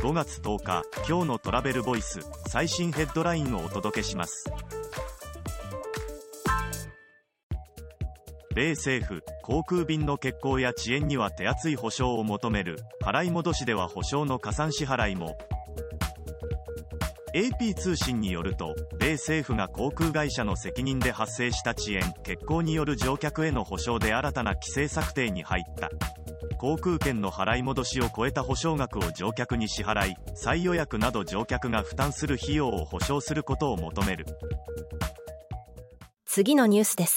5月10日、今日のトラベルボイス、最新ヘッドラインをお届けします。米政府、航空便の欠航や遅延には手厚い補償を求める。払い戻しでは補償の加算支払いも。AP 通信によると、米政府が航空会社の責任で発生した遅延・欠航による乗客への補償で新たな規制策定に入った。航空券の払い戻しを超えた補償額を乗客に支払い、再予約など乗客が負担する費用を補償することを求める。 次のニュースです。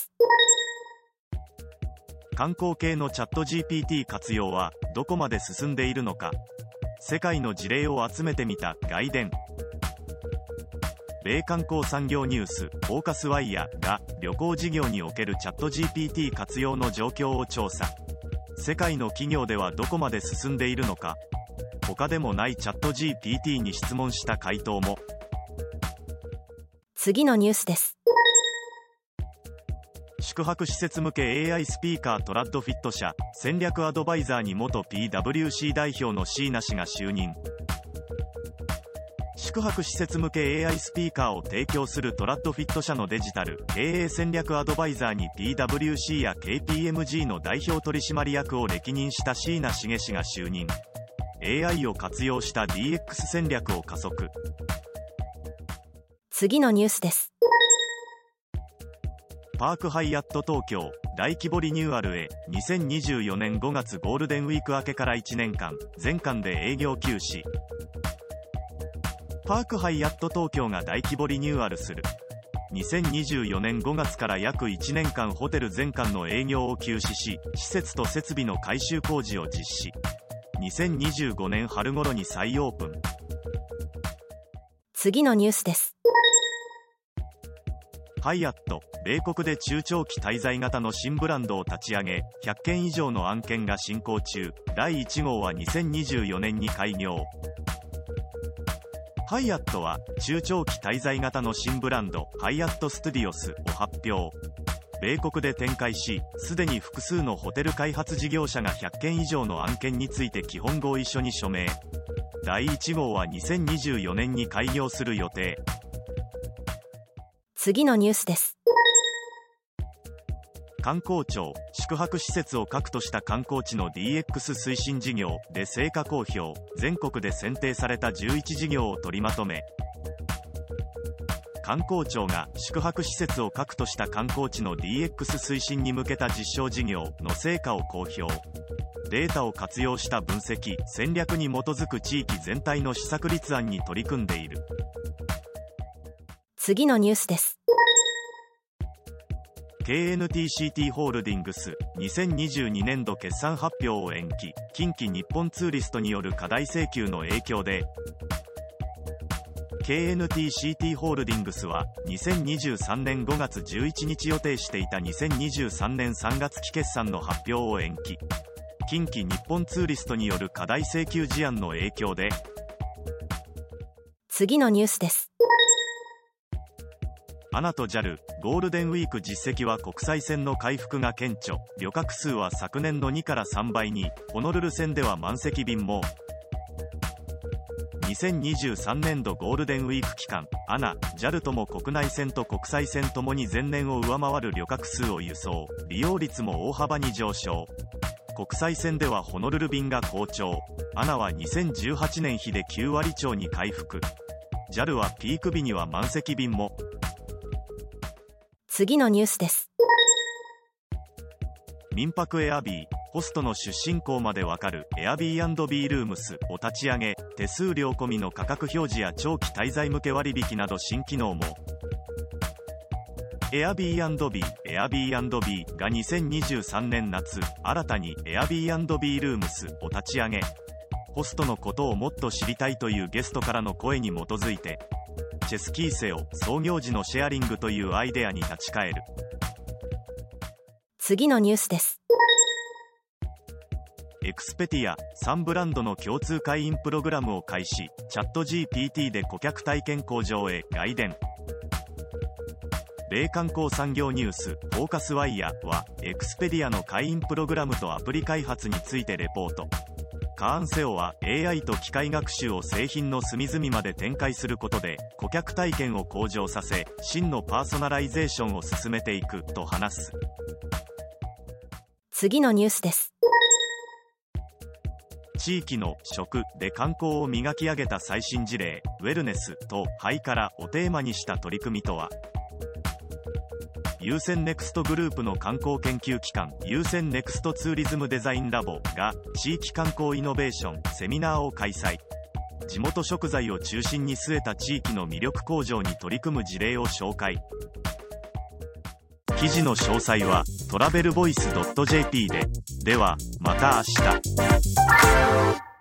観光系のチャット GPT 活用はどこまで進んでいるのか。世界の事例を集めてみた外伝。米観光産業ニュースフォーカスワイヤーが旅行事業におけるチャット GPT 活用の状況を調査。世界の企業ではどこまで進んでいるのか。他でもないチャット GPT に質問した回答も。 次のニュースです。 宿泊施設向け AI スピーカートラッドフィット社戦略アドバイザーに元 PWC 代表の椎名氏が就任。宿泊施設向け AI スピーカーを提供するトラッドフィット社のデジタル経営戦略アドバイザーに PWC や KPMG の代表取締役を歴任した椎名茂氏が就任。 AI を活用した DX 戦略を加速。 次のニュースです。 パークハイアット東京大規模リニューアルへ。2024年5月ゴールデンウィーク明けから1年間全館で営業休止。パークハイアット東京が大規模リニューアルする。2024年5月から約1年間ホテル全館の営業を休止し、施設と設備の改修工事を実施。2025年春頃に再オープン。 次のニュースです。 ハイアット、米国で中長期滞在型の新ブランドを立ち上げ、100件以上の案件が進行中。第1号は2024年に開業。ハイアットは中長期滞在型の新ブランドハイアットスタジオスを発表。米国で展開し、すでに複数のホテル開発事業者が100件以上の案件について基本合意書に署名。第1号は2024年に開業する予定。 次のニュースです。 観光庁、宿泊施設を核とした観光地の DX 推進事業で成果公表。全国で選定された11事業を取りまとめ。観光庁が宿泊施設を核とした観光地の DX 推進に向けた実証事業の成果を公表。データを活用した分析、戦略に基づく地域全体の施策立案に取り組んでいる。 次のニュースです。 KNT-CT ホールディングス2022年度決算発表を延期。近畿日本ツーリストによる過大請求の影響で。 KNT-CT ホールディングスは2023年5月11日予定していた2023年3月期決算の発表を延期。近畿日本ツーリストによる過大請求事案の影響で。 次のニュースです。 ANAと JAL、ゴールデンウィーク実績は国際線の回復が顕著。旅客数は昨年の2から3倍に。ホノルル線では満席便も。2023年度ゴールデンウィーク期間、ANA、JAL とも国内線と国際線ともに前年を上回る旅客数を輸送。利用率も大幅に上昇。国際線ではホノルル便が好調。ANA は2018年比で9割超に回復。JAL はピーク日には満席便も。 次のニュースです。 民泊エアビー、ホストの出身校までわかるエアビー&ビールームスを立ち上げ、手数料込みの価格表示や長期滞在向け割引など新機能も。エアビー&ビー、エアビー&ビーが2023年夏、新たにエアビー&ビールームスを立ち上げ、ホストのことをもっと知りたいというゲストからの声に基づいて、チェスキーセを創業時のシェアリングというアイデアに立ち返る。 次のニュースです。 エクスペティア、3ブランドの共通会員プログラムを開始。チャット GPT で顧客体験向上へ外伝。米観光産業ニュースフォーカスワイヤーはエクスペディアの会員プログラムとアプリ開発についてレポート。 カーンセオは AI と機械学習を製品の隅々まで展開することで顧客体験を向上させ、真のパーソナライゼーションを進めていくと話す。 次のニュースです。 地域の食で観光を磨き上げた最新事例、ウェルネスとハイカラをテーマにした取り組みとは。優先ネクストグループの観光研究機関、優先ネクストツーリズムデザインラボが地域観光イノベーションセミナーを開催。地元食材を中心に据えた地域の魅力向上に取り組む事例を紹介。記事の詳細はトラベルボイス .jp で。ではまた明日。